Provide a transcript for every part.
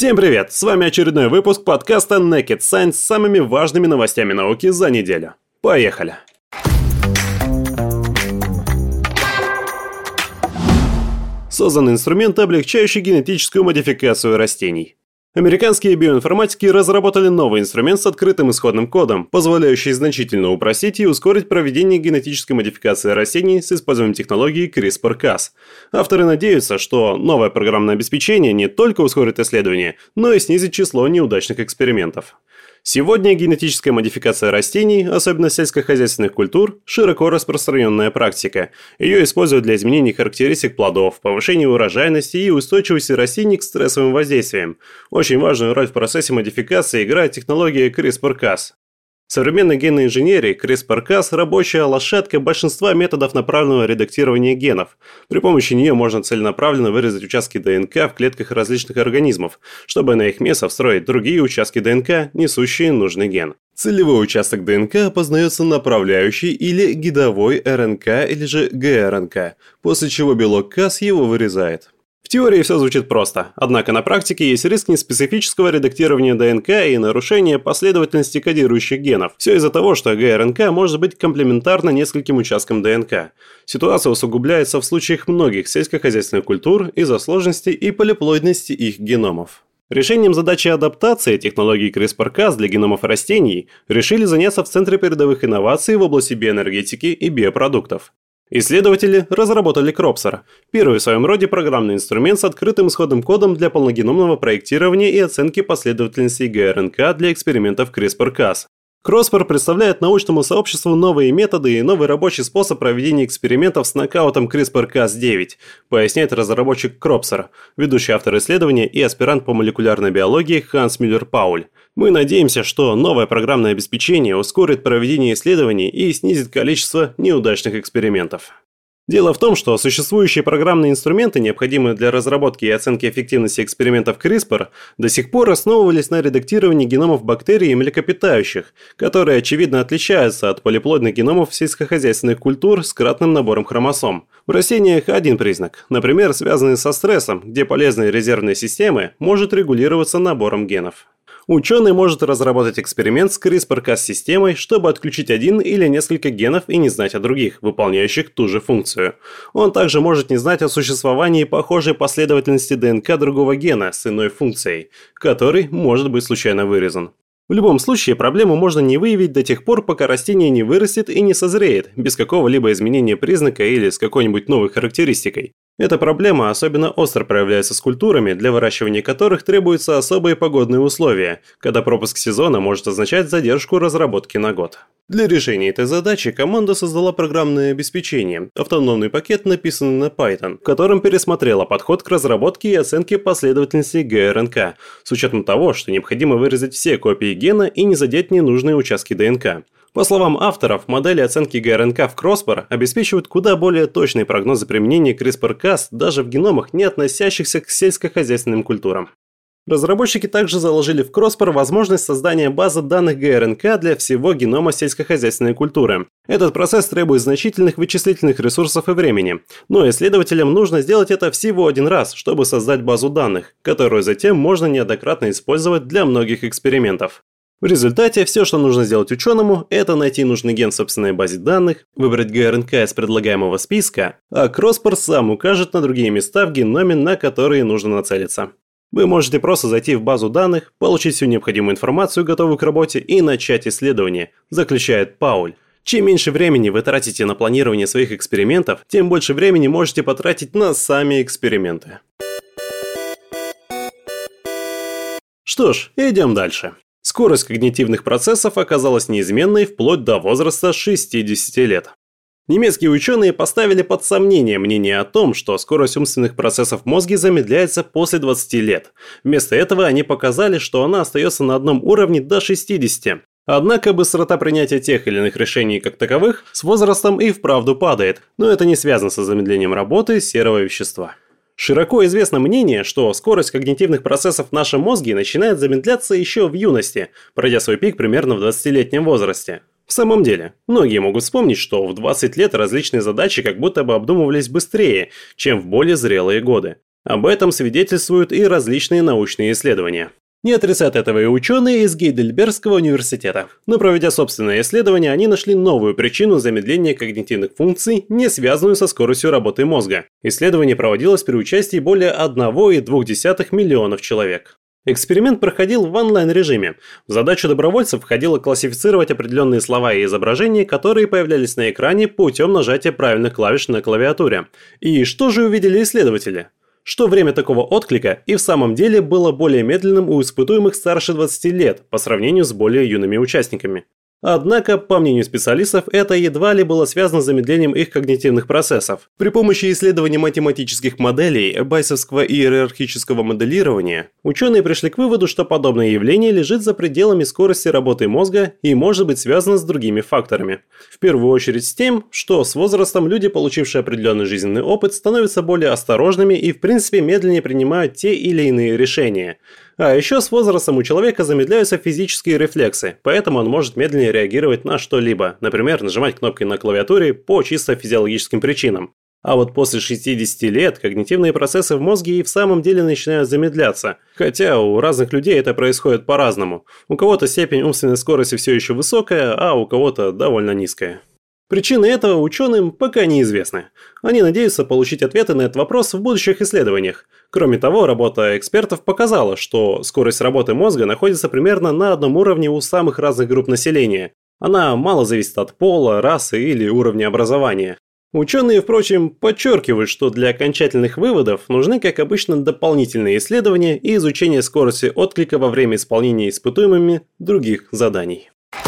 Всем привет! С вами очередной выпуск подкаста Naked Science с самыми важными новостями науки за неделю. Поехали! Создан инструмент, облегчающий генетическую модификацию растений. Американские биоинформатики разработали новый инструмент с открытым исходным кодом, позволяющий значительно упростить и ускорить проведение генетической модификации растений с использованием технологии CRISPR-Cas. Авторы надеются, что новое программное обеспечение не только ускорит исследования, но и снизит число неудачных экспериментов. Сегодня генетическая модификация растений, особенно сельскохозяйственных культур, широко распространенная практика. Ее используют для изменения характеристик плодов, повышения урожайности и устойчивости растений к стрессовым воздействиям. Очень важную роль в процессе модификации играет технология CRISPR-Cas. В современной генной инженерии CRISPR-Cas – рабочая лошадка большинства методов направленного редактирования генов. При помощи нее можно целенаправленно вырезать участки ДНК в клетках различных организмов, чтобы на их место встроить другие участки ДНК, несущие нужный ген. Целевой участок ДНК опознается направляющей или гидовой РНК или же ГРНК, после чего белок Cas его вырезает. В теории все звучит просто, однако на практике есть риск неспецифического редактирования ДНК и нарушения последовательности кодирующих генов. Все из-за того, что ГРНК может быть комплементарна нескольким участкам ДНК. Ситуация усугубляется в случаях многих сельскохозяйственных культур из-за сложности и полиплоидности их геномов. Решением задачи адаптации технологии CRISPR-Cas для геномов растений решили заняться в Центре передовых инноваций в области биоэнергетики и биопродуктов. Исследователи разработали CROPSR – первый в своем роде программный инструмент с открытым исходным кодом для полногеномного проектирования и оценки последовательностей ГРНК для экспериментов CRISPR-Cas. CROPSR представляет научному сообществу новые методы и новый рабочий способ проведения экспериментов с нокаутом CRISPR-Cas9, поясняет разработчик CROPSR, ведущий автор исследования и аспирант по молекулярной биологии Ханс Мюллер-Пауль. Мы надеемся, что новое программное обеспечение ускорит проведение исследований и снизит количество неудачных экспериментов. Дело в том, что существующие программные инструменты, необходимые для разработки и оценки эффективности экспериментов CRISPR, до сих пор основывались на редактировании геномов бактерий и млекопитающих, которые очевидно отличаются от полиплодных геномов сельскохозяйственных культур с кратным набором хромосом. В растениях один признак, например, связанный со стрессом, где полезные резервные системы может регулироваться набором генов. Ученый может разработать эксперимент с CRISPR-Cas-системой, чтобы отключить один или несколько генов и не знать о других, выполняющих ту же функцию. Он также может не знать о существовании похожей последовательности ДНК другого гена с иной функцией, который может быть случайно вырезан. В любом случае, проблему можно не выявить до тех пор, пока растение не вырастет и не созреет, без какого-либо изменения признака или с какой-нибудь новой характеристикой. Эта проблема особенно остро проявляется с культурами, для выращивания которых требуются особые погодные условия, когда пропуск сезона может означать задержку разработки на год. Для решения этой задачи команда создала программное обеспечение, автономный пакет, написанный на Python, в котором пересмотрела подход к разработке и оценке последовательности ГРНК, с учетом того, что необходимо вырезать все копии гена и не задеть ненужные участки ДНК. По словам авторов, модели оценки ГРНК в CROPSR обеспечивают куда более точные прогнозы применения CRISPR-Cas даже в геномах, не относящихся к сельскохозяйственным культурам. Разработчики также заложили в CROPSR возможность создания базы данных ГРНК для всего генома сельскохозяйственной культуры. Этот процесс требует значительных вычислительных ресурсов и времени, но исследователям нужно сделать это всего один раз, чтобы создать базу данных, которую затем можно неоднократно использовать для многих экспериментов. В результате все, что нужно сделать ученому, это найти нужный ген в собственной базе данных, выбрать ГРНК из предлагаемого списка, а CROPSR сам укажет на другие места в геноме, на которые нужно нацелиться. Вы можете просто зайти в базу данных, получить всю необходимую информацию, готовую к работе, и начать исследование, заключает Пауль. Чем меньше времени вы тратите на планирование своих экспериментов, тем больше времени можете потратить на сами эксперименты. Что ж, идем дальше. Скорость когнитивных процессов оказалась неизменной вплоть до возраста 60 лет. Немецкие ученые поставили под сомнение мнение о том, что скорость умственных процессов в мозге замедляется после 20 лет. Вместо этого они показали, что она остается на одном уровне до 60. Однако быстрота принятия тех или иных решений как таковых с возрастом и вправду падает, но это не связано со замедлением работы серого вещества. Широко известно мнение, что скорость когнитивных процессов в нашем мозге начинает замедляться еще в юности, пройдя свой пик примерно в 20-летнем возрасте. В самом деле, многие могут вспомнить, что в 20 лет различные задачи как будто бы обдумывались быстрее, чем в более зрелые годы. Об этом свидетельствуют и различные научные исследования. Не отрицают этого и ученые из Гейдельбергского университета. Но проведя собственное исследование, они нашли новую причину замедления когнитивных функций, не связанную со скоростью работы мозга. Исследование проводилось при участии более 1,2 миллионов человек. Эксперимент проходил в онлайн-режиме. В задачу добровольцев входило классифицировать определенные слова и изображения, которые появлялись на экране путем нажатия правильных клавиш на клавиатуре. И что же увидели исследователи? Что время такого отклика и в самом деле было более медленным у испытуемых старше 20 лет по сравнению с более юными участниками. Однако, по мнению специалистов, это едва ли было связано с замедлением их когнитивных процессов. При помощи исследования математических моделей, байесовского и иерархического моделирования, ученые пришли к выводу, что подобное явление лежит за пределами скорости работы мозга и может быть связано с другими факторами. В первую очередь с тем, что с возрастом люди, получившие определенный жизненный опыт, становятся более осторожными и в принципе медленнее принимают те или иные решения. А еще с возрастом у человека замедляются физические рефлексы, поэтому он может медленнее реагировать на что-либо, например, нажимать кнопки на клавиатуре по чисто физиологическим причинам. А вот после 60 лет когнитивные процессы в мозге и в самом деле начинают замедляться, хотя у разных людей это происходит по-разному. У кого-то степень умственной скорости все еще высокая, а у кого-то довольно низкая. Причины этого ученым пока неизвестны. Они надеются получить ответы на этот вопрос в будущих исследованиях. Кроме того, работа экспертов показала, что скорость работы мозга находится примерно на одном уровне у самых разных групп населения. Она мало зависит от пола, расы или уровня образования. Ученые, впрочем, подчеркивают, что для окончательных выводов нужны, как обычно, дополнительные исследования и изучение скорости отклика во время исполнения испытуемыми других заданий.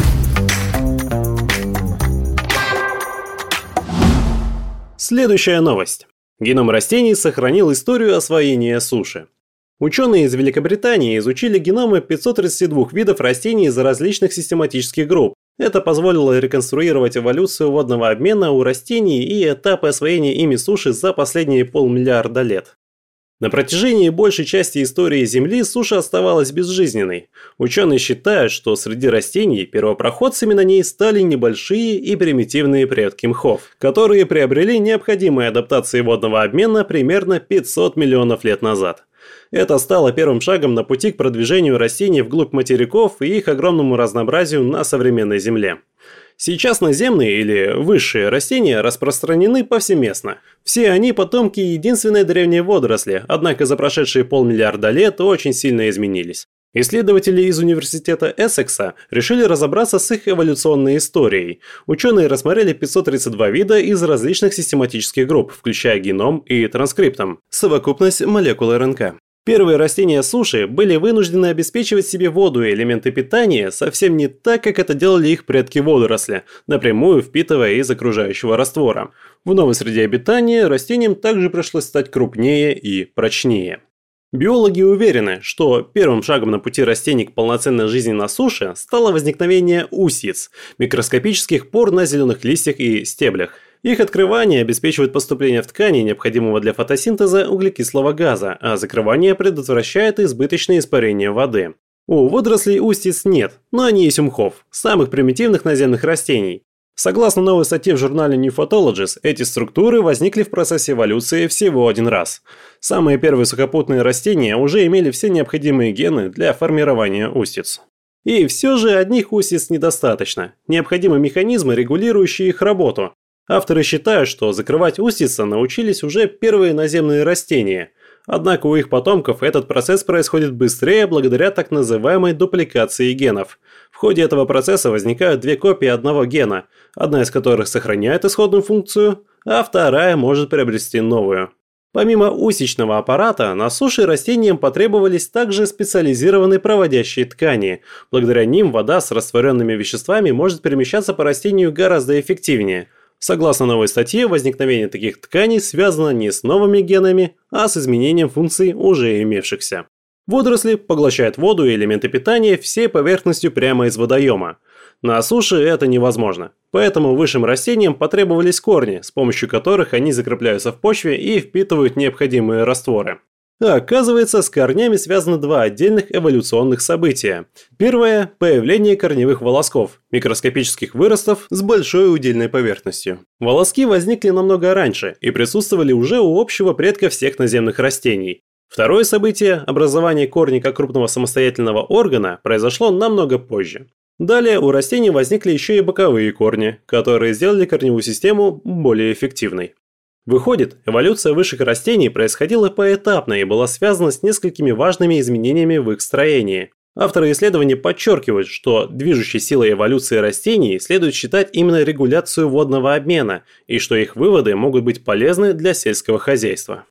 Следующая новость. Геном растений сохранил историю освоения суши. Ученые из Великобритании изучили геномы 532 видов растений из различных систематических групп. Это позволило реконструировать эволюцию водного обмена у растений и этапы освоения ими суши за последние 500 миллиарда лет. На протяжении большей части истории Земли суша оставалась безжизненной. Ученые считают, что среди растений первопроходцами на ней стали небольшие и примитивные предки мхов, которые приобрели необходимые адаптации водного обмена примерно 500 миллионов лет назад. Это стало первым шагом на пути к продвижению растений вглубь материков и их огромному разнообразию на современной Земле. Сейчас наземные или высшие растения распространены повсеместно. Все они потомки единственной древней водоросли, однако за прошедшие 500 миллиарда лет очень сильно изменились. Исследователи из университета Эссекса решили разобраться с их эволюционной историей. Ученые рассмотрели 532 вида из различных систематических групп, включая геном и транскриптом, совокупность молекул РНК. Первые растения суши были вынуждены обеспечивать себе воду и элементы питания совсем не так, как это делали их предки-водоросли, напрямую впитывая из окружающего раствора. В новой среде обитания растениям также пришлось стать крупнее и прочнее. Биологи уверены, что первым шагом на пути растений к полноценной жизни на суше стало возникновение устьиц – микроскопических пор на зеленых листьях и стеблях. Их открывание обеспечивает поступление в ткани необходимого для фотосинтеза углекислого газа, а закрывание предотвращает избыточное испарение воды. У водорослей устьиц нет, но они есть у мхов, самых примитивных наземных растений. Согласно новой статье в журнале New Photologist, эти структуры возникли в процессе эволюции всего один раз. Самые первые сухопутные растения уже имели все необходимые гены для формирования устьиц. И все же одних устьиц недостаточно. Необходимы механизмы, регулирующие их работу. Авторы считают, что закрывать устьица научились уже первые наземные растения. Однако у их потомков этот процесс происходит быстрее благодаря так называемой дупликации генов. В ходе этого процесса возникают две копии одного гена, одна из которых сохраняет исходную функцию, а вторая может приобрести новую. Помимо устьичного аппарата, на суше растениям потребовались также специализированные проводящие ткани. Благодаря ним вода с растворенными веществами может перемещаться по растению гораздо эффективнее. Согласно новой статье, возникновение таких тканей связано не с новыми генами, а с изменением функций уже имевшихся. Водоросли поглощают воду и элементы питания всей поверхностью прямо из водоема. На суше это невозможно, поэтому высшим растениям потребовались корни, с помощью которых они закрепляются в почве и впитывают необходимые растворы. А оказывается, с корнями связаны два отдельных эволюционных события. Первое – появление корневых волосков, микроскопических выростов с большой удельной поверхностью. Волоски возникли намного раньше и присутствовали уже у общего предка всех наземных растений. Второе событие – образование корня как крупного самостоятельного органа произошло намного позже. Далее у растений возникли еще и боковые корни, которые сделали корневую систему более эффективной. Выходит, эволюция высших растений происходила поэтапно и была связана с несколькими важными изменениями в их строении. Авторы исследований подчеркивают, что движущей силой эволюции растений следует считать именно регуляцию водного обмена, и что их выводы могут быть полезны для сельского хозяйства.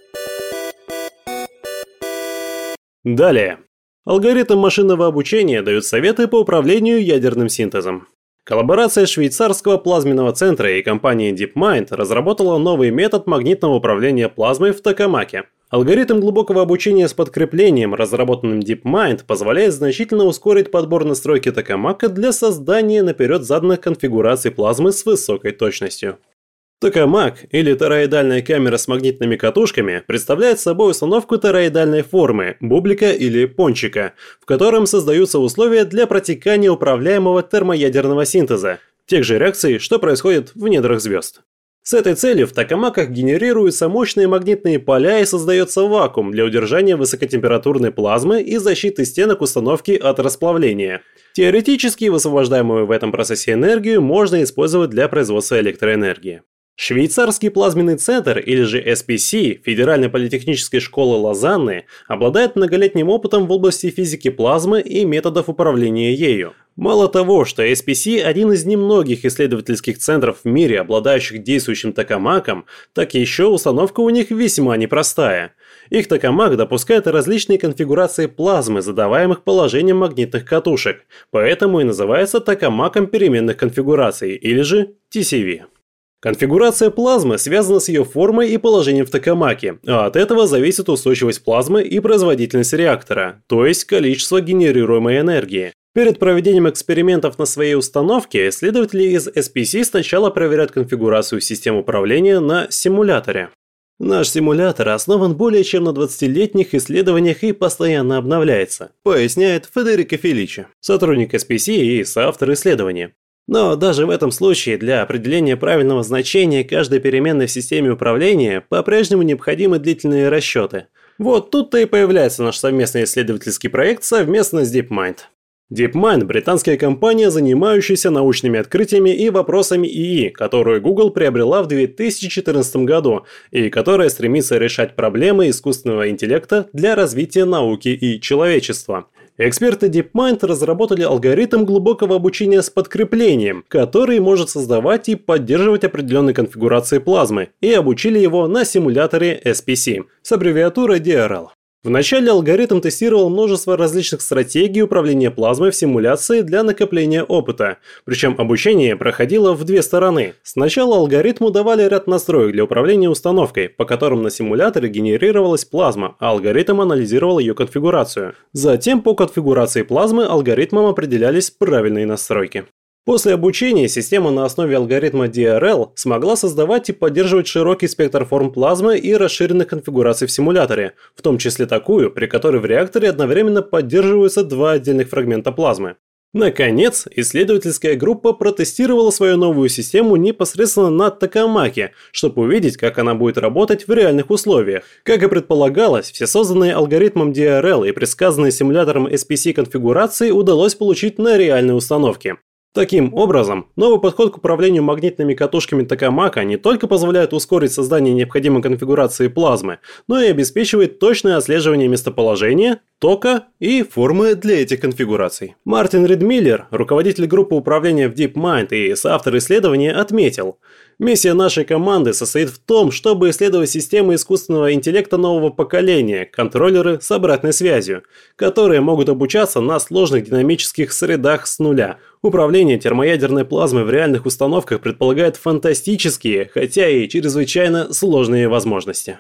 Далее. Алгоритм машинного обучения дает советы по управлению ядерным синтезом. Коллаборация швейцарского плазменного центра и компании DeepMind разработала новый метод магнитного управления плазмой в токамаке. Алгоритм глубокого обучения с подкреплением, разработанным DeepMind, позволяет значительно ускорить подбор настройки токамака для создания наперед заданных конфигураций плазмы с высокой точностью. Токамак, или тороидальная камера с магнитными катушками, представляет собой установку тороидальной формы, бублика или пончика, в котором создаются условия для протекания управляемого термоядерного синтеза, тех же реакций, что происходит в недрах звезд. С этой целью в токамаках генерируются мощные магнитные поля и создается вакуум для удержания высокотемпературной плазмы и защиты стенок установки от расплавления. Теоретически высвобождаемую в этом процессе энергию можно использовать для производства электроэнергии. Швейцарский плазменный центр, или же SPC, Федеральной политехнической школы Лозанны, обладает многолетним опытом в области физики плазмы и методов управления ею. Мало того, что SPC – один из немногих исследовательских центров в мире, обладающих действующим токамаком, так еще установка у них весьма непростая. Их токамак допускает различные конфигурации плазмы, задаваемых положением магнитных катушек, поэтому и называется токамаком переменных конфигураций, или же TCV. Конфигурация плазмы связана с ее формой и положением в токамаке, а от этого зависит устойчивость плазмы и производительность реактора, то есть количество генерируемой энергии. Перед проведением экспериментов на своей установке исследователи из SPC сначала проверяют конфигурацию систем управления на симуляторе. Наш симулятор основан более чем на 20-летних исследованиях и постоянно обновляется, поясняет Федерико Феличи, сотрудник SPC и соавтор исследования. Но даже в этом случае для определения правильного значения каждой переменной в системе управления по-прежнему необходимы длительные расчеты. Вот тут-то и появляется наш совместный исследовательский проект совместно с DeepMind. DeepMind – британская компания, занимающаяся научными открытиями и вопросами ИИ, которую Google приобрела в 2014 году и которая стремится решать проблемы искусственного интеллекта для развития науки и человечества. Эксперты DeepMind разработали алгоритм глубокого обучения с подкреплением, который может создавать и поддерживать определенные конфигурации плазмы, и обучили его на симуляторе SPC с аббревиатурой DRL. Вначале алгоритм тестировал множество различных стратегий управления плазмой в симуляции для накопления опыта, причем обучение проходило в две стороны. Сначала алгоритму давали ряд настроек для управления установкой, по которым на симуляторе генерировалась плазма, а алгоритм анализировал ее конфигурацию. Затем по конфигурации плазмы алгоритмом определялись правильные настройки. После обучения система на основе алгоритма DRL смогла создавать и поддерживать широкий спектр форм плазмы и расширенных конфигураций в симуляторе, в том числе такую, при которой в реакторе одновременно поддерживаются два отдельных фрагмента плазмы. Наконец, исследовательская группа протестировала свою новую систему непосредственно на токамаке, чтобы увидеть, как она будет работать в реальных условиях. Как и предполагалось, все созданные алгоритмом DRL и предсказанные симулятором SPC конфигурации удалось получить на реальной установке. Таким образом, новый подход к управлению магнитными катушками токамака не только позволяет ускорить создание необходимой конфигурации плазмы, но и обеспечивает точное отслеживание местоположения, тока и формы для этих конфигураций. Мартин Ридмиллер, руководитель группы управления в DeepMind и соавтор исследования, отметил: «Миссия нашей команды состоит в том, чтобы исследовать системы искусственного интеллекта нового поколения, контроллеры с обратной связью, которые могут обучаться на сложных динамических средах с нуля. Управление термоядерной плазмой в реальных установках предполагает фантастические, хотя и чрезвычайно сложные возможности».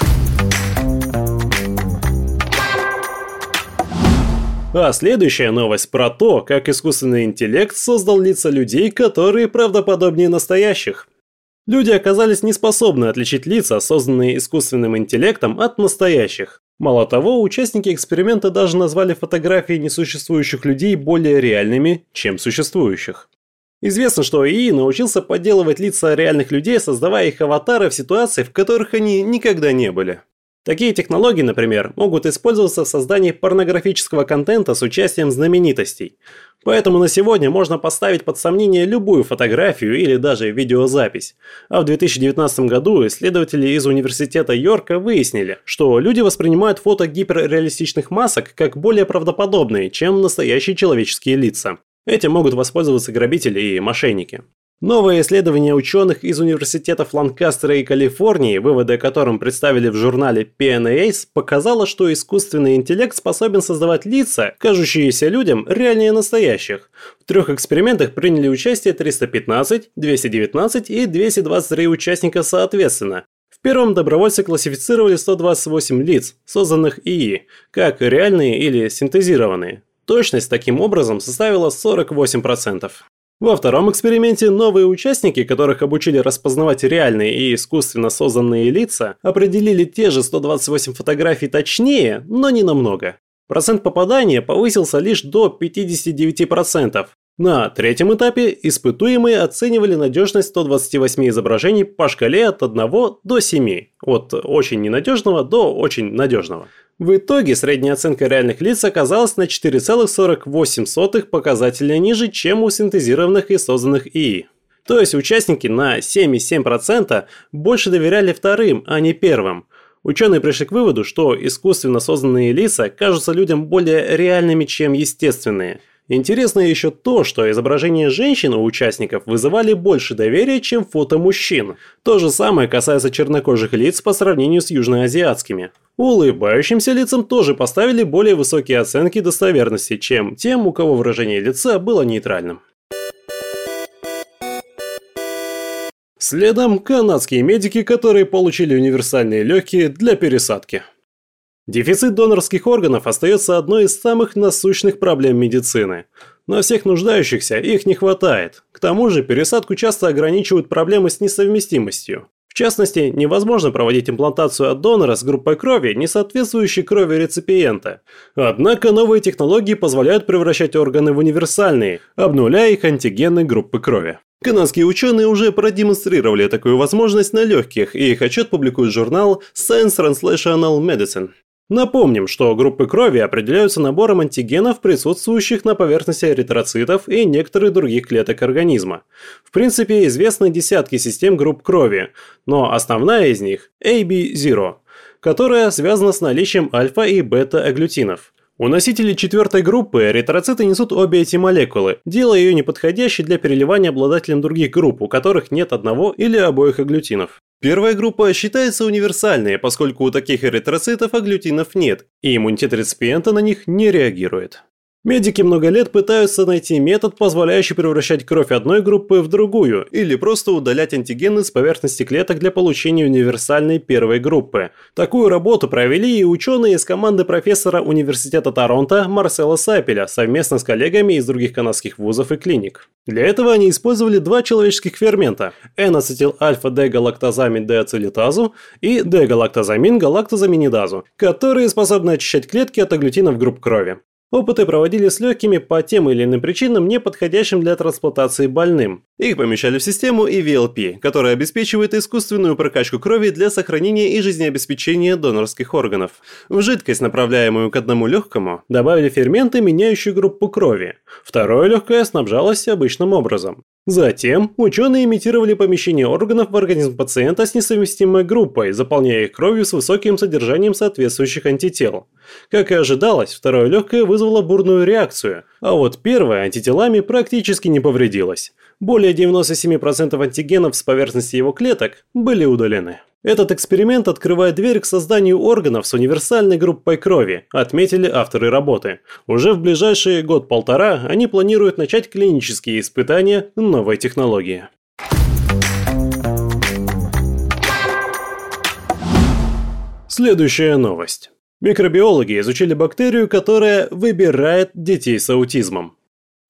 А следующая новость про то, как искусственный интеллект создал лица людей, которые правдоподобнее настоящих. Люди оказались не способны отличить лица, созданные искусственным интеллектом, от настоящих. Мало того, участники эксперимента даже назвали фотографии несуществующих людей более реальными, чем существующих. Известно, что ИИ научился подделывать лица реальных людей, создавая их аватары в ситуациях, в которых они никогда не были. Такие технологии, например, могут использоваться в создании порнографического контента с участием знаменитостей. Поэтому на сегодня можно поставить под сомнение любую фотографию или даже видеозапись. А в 2019 году исследователи из Университета Йорка выяснили, что люди воспринимают фото гиперреалистичных масок как более правдоподобные, чем настоящие человеческие лица. Этим могут воспользоваться грабители и мошенники. Новое исследование ученых из университетов Ланкастера и Калифорнии, выводы о котором представили в журнале PNAS, показало, что искусственный интеллект способен создавать лица, кажущиеся людям реальнее настоящих. В 3 экспериментах приняли участие 315, 219 и 223 участника соответственно. В первом добровольцы классифицировали 128 лиц, созданных ИИ, как реальные или синтезированные. Точность таким образом составила 48%. Во втором эксперименте новые участники, которых обучили распознавать реальные и искусственно созданные лица, определили те же 128 фотографий точнее, но не намного. Процент попадания повысился лишь до 59%. На третьем этапе испытуемые оценивали надежность 128 изображений по шкале от 1 до 7, от очень ненадежного до очень надежного. В итоге средняя оценка реальных лиц оказалась на 4,48 показателя ниже, чем у синтезированных и созданных ИИ. То есть участники на 7,7% больше доверяли вторым, а не первым. Ученые пришли к выводу, что искусственно созданные лица кажутся людям более реальными, чем естественные. Интересно еще то, что изображения женщин у участников вызывали больше доверия, чем фото мужчин. То же самое касается чернокожих лиц по сравнению с южноазиатскими. Улыбающимся лицам тоже поставили более высокие оценки достоверности, чем тем, у кого выражение лица было нейтральным. Следом канадские медики, которые получили универсальные легкие для пересадки. Дефицит донорских органов остается одной из самых насущных проблем медицины. На всех нуждающихся их не хватает. К тому же пересадку часто ограничивают проблемы с несовместимостью. В частности, невозможно проводить имплантацию от донора с группой крови, не соответствующей крови реципиента. Однако новые технологии позволяют превращать органы в универсальные, обнуляя их антигены группы крови. Канадские ученые уже продемонстрировали такую возможность на легких, и их отчет публикует журнал Science Translational Medicine. Напомним, что группы крови определяются набором антигенов, присутствующих на поверхности эритроцитов и некоторых других клеток организма. В принципе, известны десятки систем групп крови, но основная из них – AB0, которая связана с наличием альфа и бета-агглютинов. У носителей 4 группы эритроциты несут обе эти молекулы, делая ее неподходящей для переливания обладателям других групп, у которых нет одного или обоих агглютинов. Первая группа считается универсальной, поскольку у таких эритроцитов агглютинов нет, и иммунитет реципиента на них не реагирует. Медики много лет пытаются найти метод, позволяющий превращать кровь одной группы в другую, или просто удалять антигены с поверхности клеток для получения универсальной первой группы. Такую работу провели и ученые из команды профессора Университета Торонто Марсела Сапеля совместно с коллегами из других канадских вузов и клиник. Для этого они использовали 2 человеческих фермента – N-ацетил-альфа-дегалактозамид-деацилитазу и дегалактозамин-галактозаминидазу, которые способны очищать клетки от агглютинов групп крови. Опыты проводили с легкими по тем или иным причинам, не подходящим для трансплантации больным. Их помещали в систему EVLP, которая обеспечивает искусственную прокачку крови для сохранения и жизнеобеспечения донорских органов. В жидкость, направляемую к одному легкому, добавили ферменты, меняющие группу крови. Второе легкое снабжалось обычным образом. Затем ученые имитировали помещение органов в организм пациента с несовместимой группой, заполняя их кровью с высоким содержанием соответствующих антител. Как и ожидалось, второе легкое вызвало бурную реакцию, а вот первое антителами практически не повредилось. Более 97% антигенов с поверхности его клеток были удалены. Этот эксперимент открывает дверь к созданию органов с универсальной группой крови, отметили авторы работы. Уже в ближайшие год-полтора они планируют начать клинические испытания новой технологии. Следующая новость. Микробиологи изучили бактерию, которая выбирает детей с аутизмом.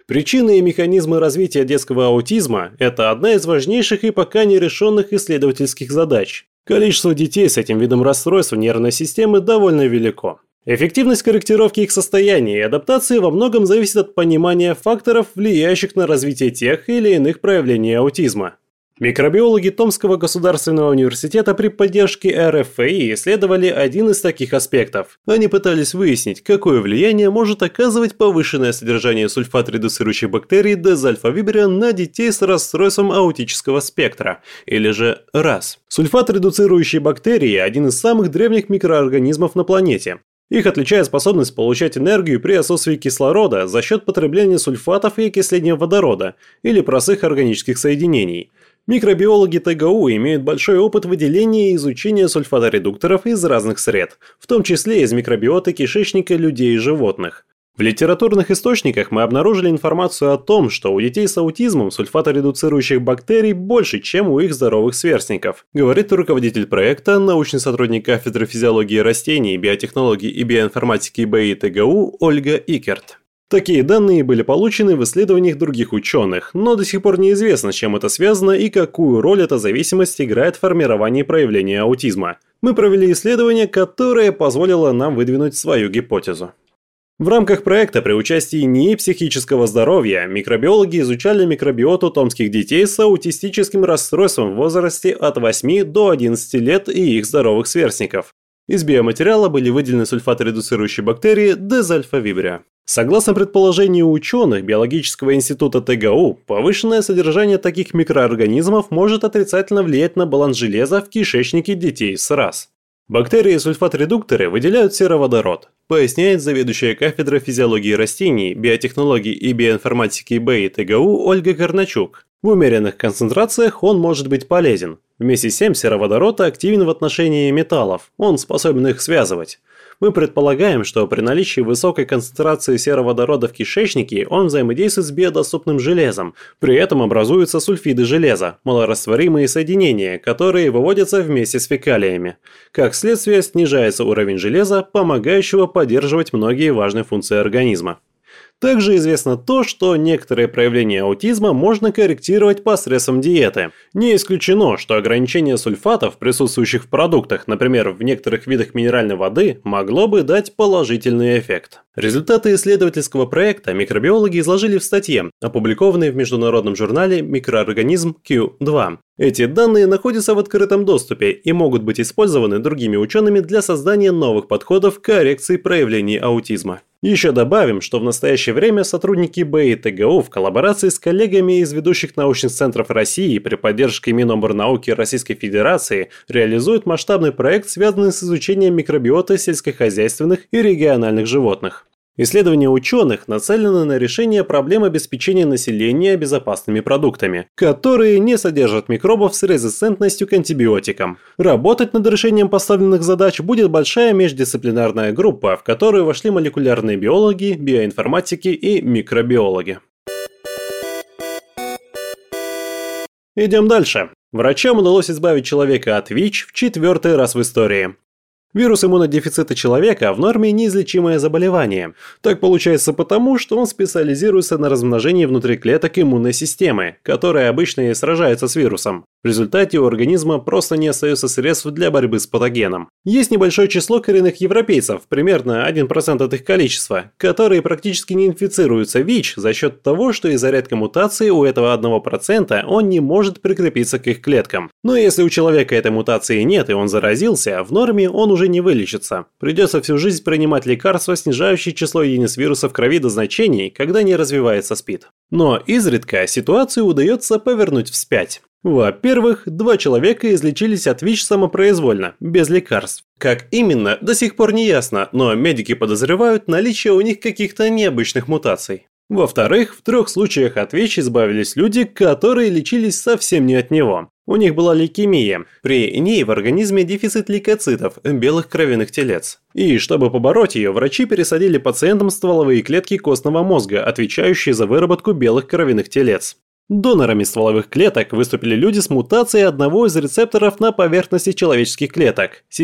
Причины и механизмы развития детского аутизма – это одна из важнейших и пока нерешенных исследовательских задач. Количество детей с этим видом расстройства нервной системы довольно велико. Эффективность корректировки их состояния и адаптации во многом зависит от понимания факторов, влияющих на развитие тех или иных проявлений аутизма. Микробиологи Томского государственного университета при поддержке РФИ исследовали один из таких аспектов. Они пытались выяснить, какое влияние может оказывать повышенное содержание сульфат-редуцирующих бактерий Дезальфа-Вибрио на детей с расстройством аутического спектра, или же РАС. Сульфат-редуцирующие бактерии – один из самых древних микроорганизмов на планете. Их отличает способность получать энергию при отсутствии кислорода за счет потребления сульфатов и окисления водорода или простых органических соединений. Микробиологи ТГУ имеют большой опыт выделения и изучения сульфаторедукторов из разных сред, в том числе из микробиоты кишечника людей и животных. В литературных источниках мы обнаружили информацию о том, что у детей с аутизмом сульфаторедуцирующих бактерий больше, чем у их здоровых сверстников, говорит руководитель проекта, научный сотрудник кафедры физиологии растений, биотехнологии и биоинформатики БИ ТГУ Ольга Икерт. Такие данные были получены в исследованиях других ученых, но до сих пор неизвестно, с чем это связано и какую роль эта зависимость играет в формировании проявления аутизма. Мы провели исследование, которое позволило нам выдвинуть свою гипотезу. В рамках проекта при участии НИИ психического здоровья микробиологи изучали микробиоту томских детей с аутистическим расстройством в возрасте от 8 до 11 лет и их здоровых сверстников. Из биоматериала были выделены сульфат-редуцирующие бактерии Дезальфа-Вибрио. Согласно предположению ученых Биологического института ТГУ, повышенное содержание таких микроорганизмов может отрицательно влиять на баланс железа в кишечнике детей с РАС. Бактерии-сульфат-редукторы выделяют сероводород, поясняет заведующая кафедрой физиологии растений, биотехнологий и биоинформатики БИ ТГУ Ольга Горначук. В умеренных концентрациях он может быть полезен. Вместе с тем сероводород активен в отношении металлов, он способен их связывать. Мы предполагаем, что при наличии высокой концентрации сероводорода в кишечнике он взаимодействует с биодоступным железом. При этом образуются сульфиды железа, малорастворимые соединения, которые выводятся вместе с фекалиями. Как следствие, снижается уровень железа, помогающего поддерживать многие важные функции организма. Также известно то, что некоторые проявления аутизма можно корректировать посредством диеты. Не исключено, что ограничение сульфатов, присутствующих в продуктах, например, в некоторых видах минеральной воды, могло бы дать положительный эффект. Результаты исследовательского проекта микробиологи изложили в статье, опубликованной в международном журнале «Микроорганизм Q2». Эти данные находятся в открытом доступе и могут быть использованы другими учеными для создания новых подходов к коррекции проявлений аутизма. Еще добавим, что в настоящее время сотрудники БИ ТГУ в коллаборации с коллегами из ведущих научных центров России при поддержке Миноборнауки Российской Федерации реализуют масштабный проект, связанный с изучением микробиоты сельскохозяйственных и региональных животных. Исследования ученых нацелены на решение проблем обеспечения населения безопасными продуктами, которые не содержат микробов с резистентностью к антибиотикам. Работать над решением поставленных задач будет большая междисциплинарная группа, в которую вошли молекулярные биологи, биоинформатики и микробиологи. Идем дальше. Врачам удалось избавить человека от ВИЧ в 4-й раз в истории. Вирус иммунодефицита человека в норме неизлечимое заболевание. Так получается потому, что он специализируется на размножении внутри клеток иммунной системы, которая обычно и сражается с вирусом. В результате у организма просто не остается средств для борьбы с патогеном. Есть небольшое число коренных европейцев, примерно 1% от их количества, которые практически не инфицируются ВИЧ за счет того, что из-за редкой мутации у этого 1% он не может прикрепиться к их клеткам. Но если у человека этой мутации нет и он заразился, в норме он уже не вылечится. Придется всю жизнь принимать лекарства, снижающие число единиц вируса в крови до значений, когда не развивается СПИД. Но изредка ситуацию удается повернуть вспять. Во-первых, 2 человека излечились от ВИЧ самопроизвольно, без лекарств. Как именно, до сих пор не ясно, но медики подозревают наличие у них каких-то необычных мутаций. Во-вторых, в 3 случаях от ВИЧ избавились люди, которые лечились совсем не от него. У них была лейкемия. При ней в организме дефицит лейкоцитов, белых кровяных телец. И чтобы побороть ее, врачи пересадили пациентам стволовые клетки костного мозга, отвечающие за выработку белых кровяных телец. Донорами стволовых клеток выступили люди с мутацией одного из рецепторов на поверхности человеческих клеток –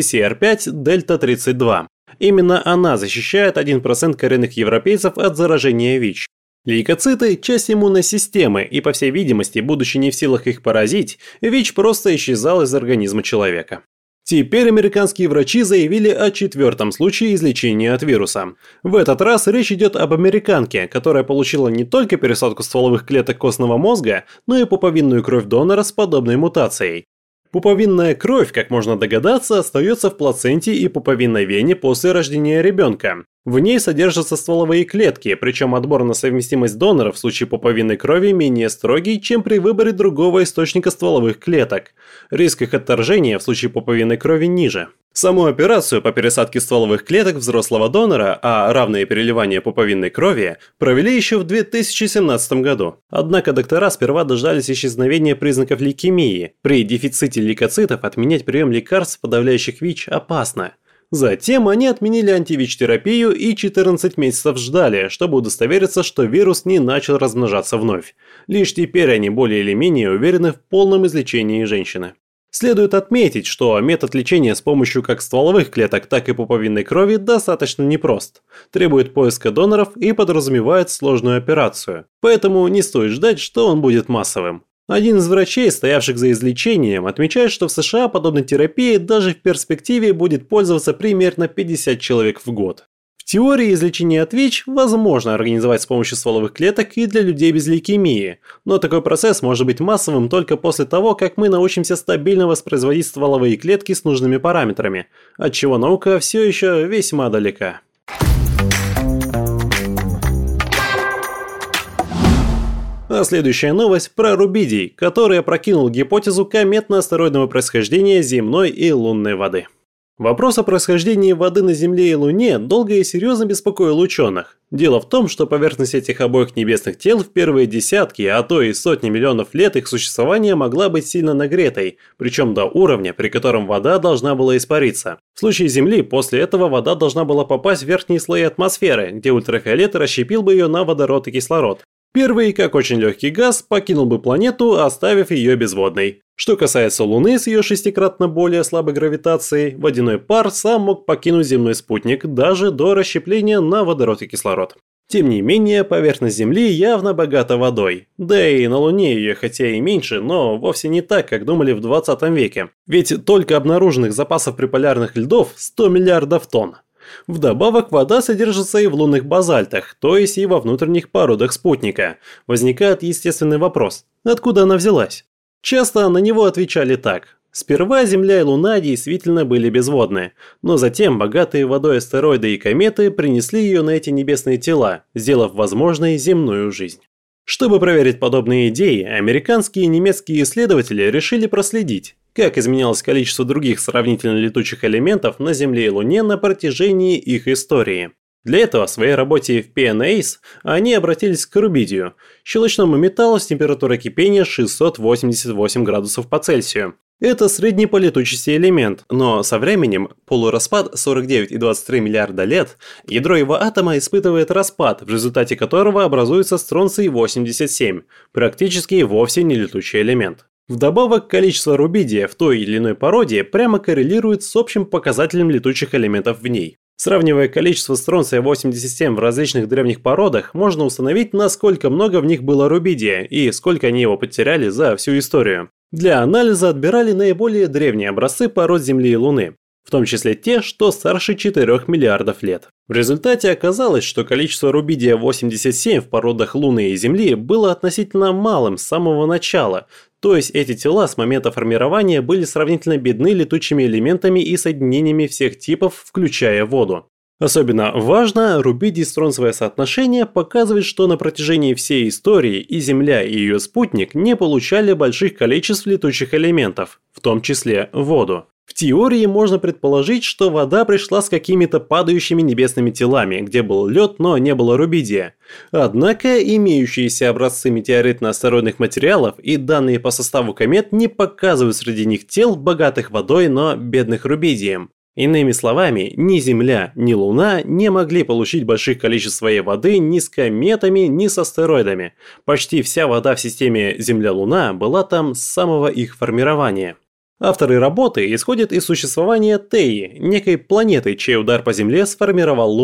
CCR5-дельта-32. Именно она защищает 1% коренных европейцев от заражения ВИЧ. Лейкоциты – часть иммунной системы, и, по всей видимости, будучи не в силах их поразить, ВИЧ просто исчезал из организма человека. Теперь американские врачи заявили о 4-м случае излечения от вируса. В этот раз речь идет об американке, которая получила не только пересадку стволовых клеток костного мозга, но и пуповинную кровь донора с подобной мутацией. Пуповинная кровь, как можно догадаться, остается в плаценте и пуповинной вене после рождения ребенка. В ней содержатся стволовые клетки, причем отбор на совместимость донора в случае пуповинной крови менее строгий, чем при выборе другого источника стволовых клеток. Риск их отторжения в случае пуповинной крови ниже. Саму операцию по пересадке стволовых клеток взрослого донора, а равное переливание пуповинной крови, провели еще в 2017 году. Однако доктора сперва дождались исчезновения признаков лейкемии. При дефиците лейкоцитов отменять прием лекарств, подавляющих ВИЧ, опасно. Затем они отменили антивич-терапию и 14 месяцев ждали, чтобы удостовериться, что вирус не начал размножаться вновь. Лишь теперь они более или менее уверены в полном излечении женщины. Следует отметить, что метод лечения с помощью как стволовых клеток, так и пуповинной крови достаточно непрост. Требует поиска доноров и подразумевает сложную операцию. Поэтому не стоит ждать, что он будет массовым. Один из врачей, стоявших за излечением, отмечает, что в США подобной терапией даже в перспективе будет пользоваться примерно 50 человек в год. В теории излечение от ВИЧ возможно организовать с помощью стволовых клеток и для людей без лейкемии, но такой процесс может быть массовым только после того, как мы научимся стабильно воспроизводить стволовые клетки с нужными параметрами, от чего наука все еще весьма далека. А следующая новость про рубидий, который опрокинул гипотезу кометно-астероидного происхождения земной и лунной воды. Вопрос о происхождении воды на Земле и Луне долго и серьезно беспокоил ученых. Дело в том, что поверхность этих обоих небесных тел в первые десятки, а то и сотни миллионов лет их существования могла быть сильно нагретой, причем до уровня, при котором вода должна была испариться. В случае Земли после этого вода должна была попасть в верхние слои атмосферы, где ультрафиолет расщепил бы ее на водород и кислород. Первый, как очень легкий газ, покинул бы планету, оставив ее безводной. Что касается Луны с ее 6-кратно более слабой гравитацией, водяной пар сам мог покинуть земной спутник даже до расщепления на водород и кислород. Тем не менее, поверхность Земли явно богата водой. Да и на Луне ее хотя и меньше, но вовсе не так, как думали в 20 веке. Ведь только обнаруженных запасов приполярных льдов 100 миллиардов тонн. Вдобавок, вода содержится и в лунных базальтах, то есть и во внутренних породах спутника. Возникает естественный вопрос – откуда она взялась? Часто на него отвечали так. Сперва Земля и Луна действительно были безводны, но затем богатые водой астероиды и кометы принесли ее на эти небесные тела, сделав возможной земную жизнь. Чтобы проверить подобные идеи, американские и немецкие исследователи решили проследить, как изменялось количество других сравнительно летучих элементов на Земле и Луне на протяжении их истории. Для этого в своей работе в PNAS они обратились к рубидию, щелочному металлу с температурой кипения 688 градусов по Цельсию. Это средний по летучести элемент, но со временем полураспад 49,23 миллиарда лет, ядро его атома испытывает распад, в результате которого образуется стронций-87, практически вовсе не летучий элемент. Вдобавок, количество рубидия в той или иной породе прямо коррелирует с общим показателем летучих элементов в ней. Сравнивая количество стронция-87 в различных древних породах, можно установить, насколько много в них было рубидия и сколько они его потеряли за всю историю. Для анализа отбирали наиболее древние образцы пород Земли и Луны, в том числе те, что старше 4 миллиардов лет. В результате оказалось, что количество рубидия-87 в породах Луны и Земли было относительно малым с самого начала, то есть эти тела с момента формирования были сравнительно бедны летучими элементами и соединениями всех типов, включая воду. Особенно важно, рубидий-стронцевое соотношение показывает, что на протяжении всей истории и Земля, и ее спутник не получали больших количеств летучих элементов, в том числе воду. В теории можно предположить, что вода пришла с какими-то падающими небесными телами, где был лед, но не было рубидия. Однако имеющиеся образцы метеоритно-астероидных материалов и данные по составу комет не показывают среди них тел, богатых водой, но бедных рубидием. Иными словами, ни Земля, ни Луна не могли получить больших количеств своей воды ни с кометами, ни с астероидами. Почти вся вода в системе Земля-Луна была там с самого их формирования. Авторы работы исходят из существования Теи, некой планеты, чей удар по Земле сформировал Луну.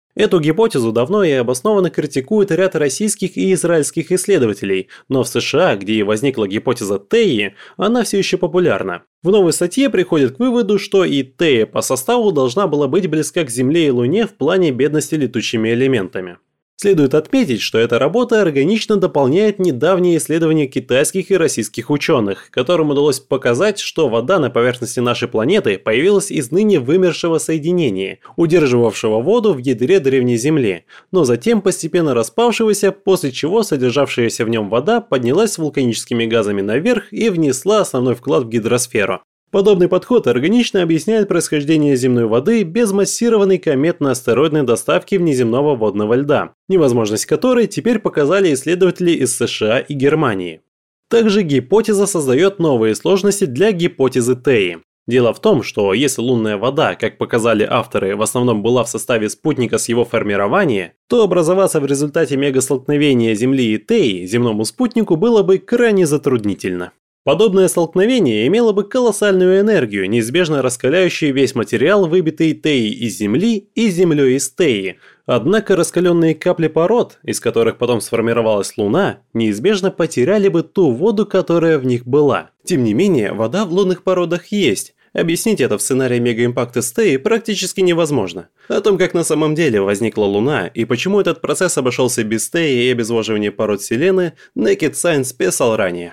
Эту гипотезу давно и обоснованно критикует ряд российских и израильских исследователей, но в США, где и возникла гипотеза Теи, она все еще популярна. В новой статье приходит к выводу, что и Тея по составу должна была быть близка к Земле и Луне в плане бедности летучими элементами. Следует отметить, что эта работа органично дополняет недавние исследования китайских и российских ученых, которым удалось показать, что вода на поверхности нашей планеты появилась из ныне вымершего соединения, удерживавшего воду в ядре древней Земли, но затем постепенно распавшегося, после чего содержавшаяся в нем вода поднялась вулканическими газами наверх и внесла основной вклад в гидросферу. Подобный подход органично объясняет происхождение земной воды без массированной кометно-астероидной доставки внеземного водного льда, невозможность которой теперь показали исследователи из США и Германии. Также гипотеза создает новые сложности для гипотезы Теи. Дело в том, что если лунная вода, как показали авторы, в основном была в составе спутника с его формирования, то образоваться в результате мегастолкновения Земли и Теи земному спутнику было бы крайне затруднительно. Подобное столкновение имело бы колоссальную энергию, неизбежно раскаляющую весь материал, выбитый Теей из Земли и Землей из Теи. Однако раскаленные капли пород, из которых потом сформировалась Луна, неизбежно потеряли бы ту воду, которая в них была. Тем не менее, вода в лунных породах есть. Объяснить это в сценарии мегаимпакта с Теей практически невозможно. О том, как на самом деле возникла Луна и почему этот процесс обошелся без Теи и обезвоживания пород Вселенной, Naked Science писал ранее.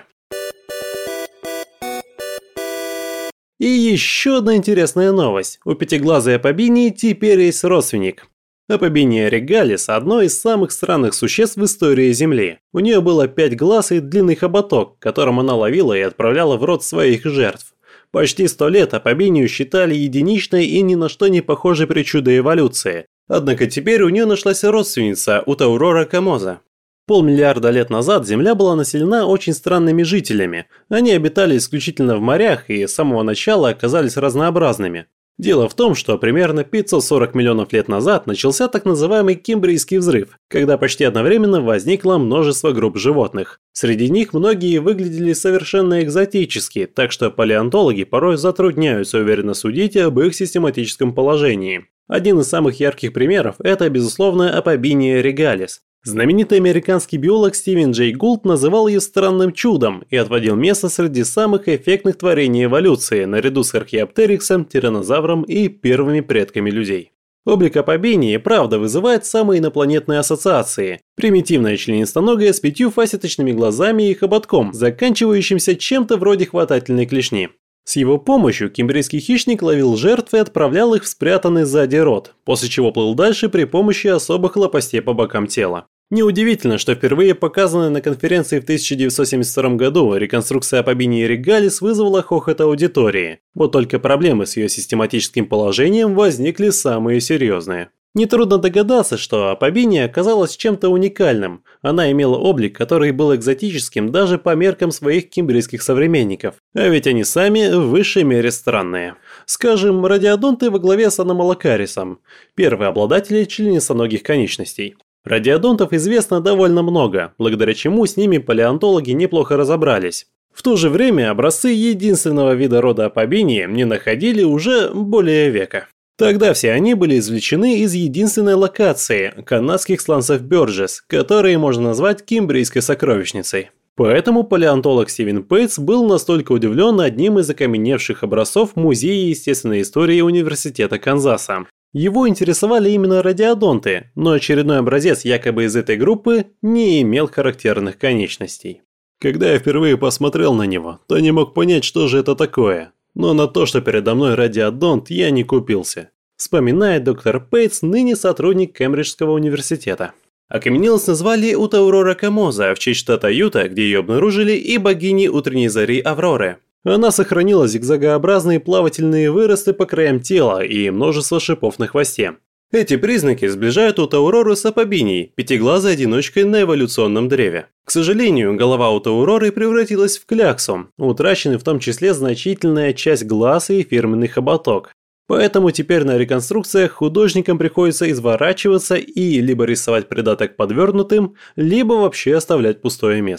И еще одна интересная новость. У пятиглазой апобинии теперь есть родственник. Апобиния регалис – одно из самых странных существ в истории Земли. У нее было 5 глаз и длинный хоботок, которым она ловила и отправляла в рот своих жертв. Почти 100 лет апобинию считали единичной и ни на что не похожей причудой эволюции. Однако теперь у нее нашлась родственница Утаурора камоза. Полмиллиарда лет назад Земля была населена очень странными жителями. Они обитали исключительно в морях и с самого начала оказались разнообразными. Дело в том, что примерно 540 миллионов лет назад начался так называемый Кембрийский взрыв, когда почти одновременно возникло множество групп животных. Среди них многие выглядели совершенно экзотически, так что палеонтологи порой затрудняются уверенно судить об их систематическом положении. Один из самых ярких примеров – это, безусловно, апобиния регалис. Знаменитый американский биолог Стивен Джей Гулд называл ее странным чудом и отводил место среди самых эффектных творений эволюции, наряду с археоптериксом, тираннозавром и первыми предками людей. Облик апобинии, правда, вызывает самые инопланетные ассоциации. Примитивная членистоногая с 5 фасеточными глазами и хоботком, заканчивающимся чем-то вроде хватательной клешни. С его помощью кембрийский хищник ловил жертв и отправлял их в спрятанный сзади рот, после чего плыл дальше при помощи особых лопастей по бокам тела. Неудивительно, что впервые показанная на конференции в 1972 году реконструкция апобинии регалис вызвала хохот аудитории. Вот только проблемы с ее систематическим положением возникли самые серьезные. Нетрудно догадаться, что апобиния оказалась чем-то уникальным. Она имела облик, который был экзотическим даже по меркам своих кембрийских современников. А ведь они сами в высшей мере странные. Скажем, радиодонты во главе с аномалокарисом, первые обладатели членистоногих конечностей. Радиодонтов известно довольно много, благодаря чему с ними палеонтологи неплохо разобрались. В то же время образцы единственного вида рода апобинии не находили уже более века. Тогда все они были извлечены из единственной локации – канадских сланцев Бёрджес, которые можно назвать кембрийской сокровищницей. Поэтому палеонтолог Стивен Пейтс был настолько удивлен одним из окаменевших образцов Музея естественной истории Университета Канзаса. Его интересовали именно радиодонты, но очередной образец якобы из этой группы не имел характерных конечностей. Когда я впервые посмотрел на него, то не мог понять, что же это такое. Но на то, что передо мной радиодонт, я не купился. Вспоминает доктор Пейтс, ныне сотрудник Кембриджского университета. Окаменелость назвали Утаурора камоза в честь штата Юта, где ее обнаружили, и богини утренней зари Авроры. Она сохранила зигзагообразные плавательные выросты по краям тела и множество шипов на хвосте. Эти признаки сближают Утаурору с апобинией, пятиглазой одиночкой на эволюционном древе. К сожалению, голова Утауроры превратилась в кляксу, утрачены в том числе значительная часть глаз и фирменный хоботок. Поэтому теперь на реконструкциях художникам приходится изворачиваться и либо рисовать придаток подвернутым, либо вообще оставлять пустое место.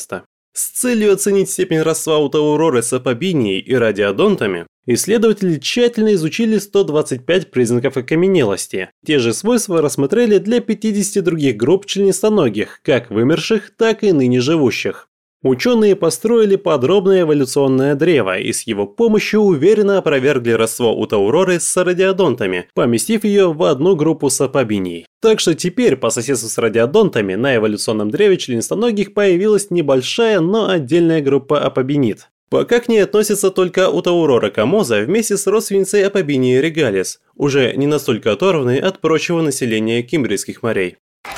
С целью оценить степень родства у тауроры с апобинией и радиодонтами, исследователи тщательно изучили 125 признаков окаменелости. Те же свойства рассмотрели для 50 других групп членистоногих, как вымерших, так и ныне живущих. Ученые построили подробное эволюционное древо и с его помощью уверенно опровергли родство у тауроры с радиодонтами, поместив ее в одну группу с апобинией. Так что теперь по соседству с радиодонтами на эволюционном древе членистоногих появилась небольшая, но отдельная группа апобинид. Пока к ней относится только утаурора камоза вместе с родственницей апобинии регалис, уже не настолько оторванной от прочего населения Кимбрийских морей.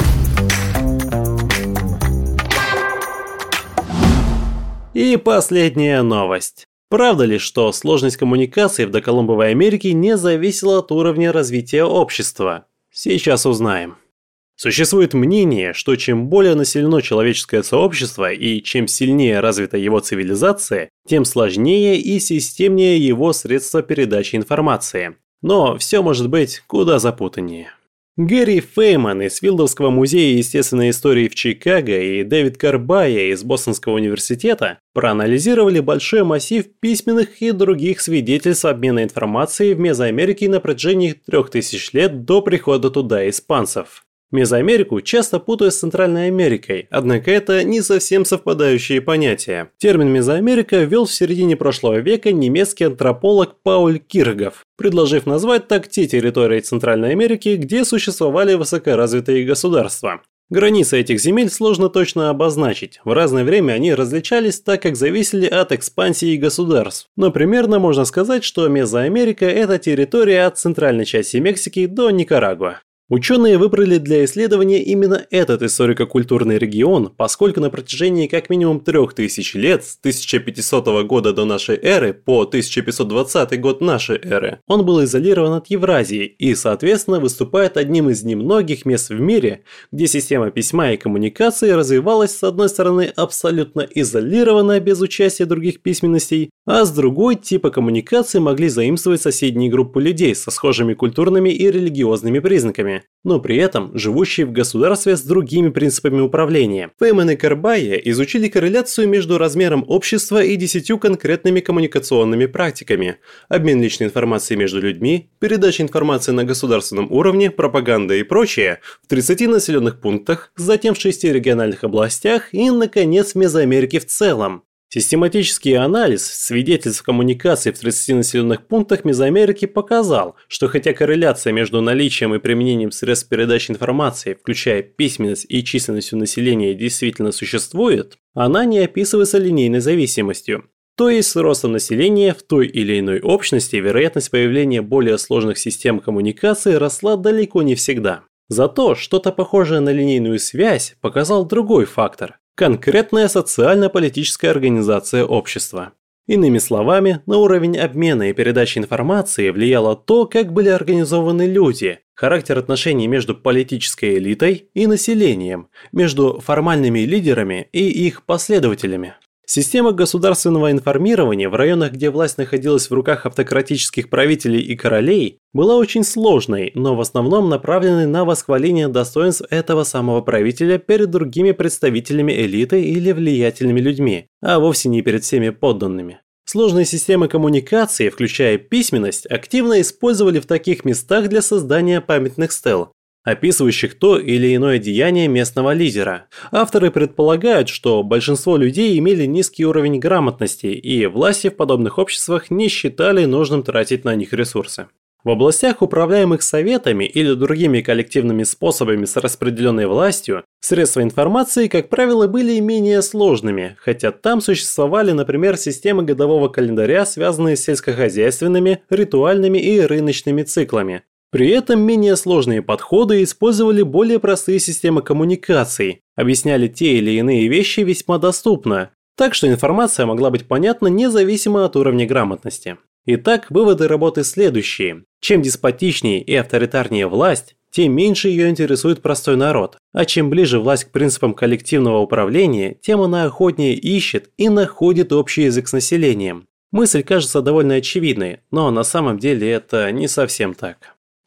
И последняя новость. Правда ли, что сложность коммуникации в доколумбовой Америке не зависела от уровня развития общества? Сейчас узнаем. Существует мнение, что чем более населено человеческое сообщество и чем сильнее развита его цивилизация, тем сложнее и системнее его средства передачи информации. Но все может быть куда запутаннее. Гэри Фейман из Филдовского музея естественной истории в Чикаго и Дэвид Карбайя из Бостонского университета проанализировали большой массив письменных и других свидетельств обмена информацией в Мезоамерике на протяжении 3000 лет до прихода туда испанцев. Мезоамерику часто путают с Центральной Америкой, однако это не совсем совпадающие понятия. Термин «Мезоамерика» ввел в середине прошлого века немецкий антрополог Пауль Киргов, предложив назвать так те территории Центральной Америки, где существовали высокоразвитые государства. Границы этих земель сложно точно обозначить. В разное время они различались, так как зависели от экспансии государств. Но примерно можно сказать, что Мезоамерика – это территория от центральной части Мексики до Никарагуа. Ученые выбрали для исследования именно этот историко-культурный регион, поскольку на протяжении как минимум 3000 лет, с 1500 года до нашей эры по 1520 год нашей эры, он был изолирован от Евразии и, соответственно, выступает одним из немногих мест в мире, где система письма и коммуникации развивалась с одной стороны абсолютно изолированно, без участия других письменностей, а с другой типа коммуникации могли заимствовать соседние группы людей со схожими культурными и религиозными признаками, но при этом живущие в государстве с другими принципами управления. Фейман и Карбайя изучили корреляцию между размером общества и 10 конкретными коммуникационными практиками: обмен личной информацией между людьми, передача информации на государственном уровне, пропаганда и прочее в 30 населенных пунктах, затем в 6 региональных областях и, наконец, в Мезоамерике в целом. Систематический анализ свидетельств коммуникации в 30 населенных пунктах Мезоамерики показал, что хотя корреляция между наличием и применением средств передачи информации, включая письменность и численностью населения, действительно существует, она не описывается линейной зависимостью. То есть с ростом населения в той или иной общности вероятность появления более сложных систем коммуникации росла далеко не всегда. Зато что-то похожее на линейную связь показал другой фактор – конкретная социально-политическая организация общества. Иными словами, на уровень обмена и передачи информации влияло то, как были организованы люди, характер отношений между политической элитой и населением, между формальными лидерами и их последователями. Система государственного информирования в районах, где власть находилась в руках автократических правителей и королей, была очень сложной, но в основном направленной на восхваление достоинств этого самого правителя перед другими представителями элиты или влиятельными людьми, а вовсе не перед всеми подданными. Сложные системы коммуникации, включая письменность, активно использовали в таких местах для создания памятных стел, описывающих то или иное деяние местного лидера. Авторы предполагают, что большинство людей имели низкий уровень грамотности, и власти в подобных обществах не считали нужным тратить на них ресурсы. В областях, управляемых советами или другими коллективными способами с распределенной властью, средства информации, как правило, были менее сложными, хотя там существовали, например, системы годового календаря, связанные с сельскохозяйственными, ритуальными и рыночными циклами. При этом менее сложные подходы использовали более простые системы коммуникаций, объясняли те или иные вещи весьма доступно, так что информация могла быть понятна независимо от уровня грамотности. Итак, выводы работы следующие. Чем деспотичнее и авторитарнее власть, тем меньше ее интересует простой народ, а чем ближе власть к принципам коллективного управления, тем она охотнее ищет и находит общий язык с населением. Мысль кажется довольно очевидной, но на самом деле это не совсем так.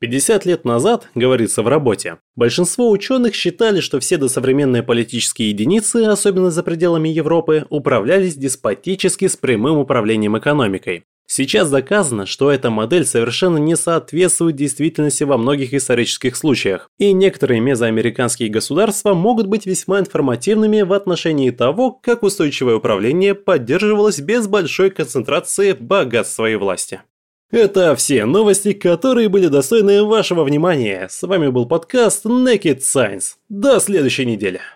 50 лет назад, говорится в работе, большинство ученых считали, что все досовременные политические единицы, особенно за пределами Европы, управлялись деспотически с прямым управлением экономикой. Сейчас доказано, что эта модель совершенно не соответствует действительности во многих исторических случаях, и некоторые мезоамериканские государства могут быть весьма информативными в отношении того, как устойчивое управление поддерживалось без большой концентрации богатства и власти. Это все новости, которые были достойны вашего внимания. С вами был подкаст Naked Science. До следующей недели.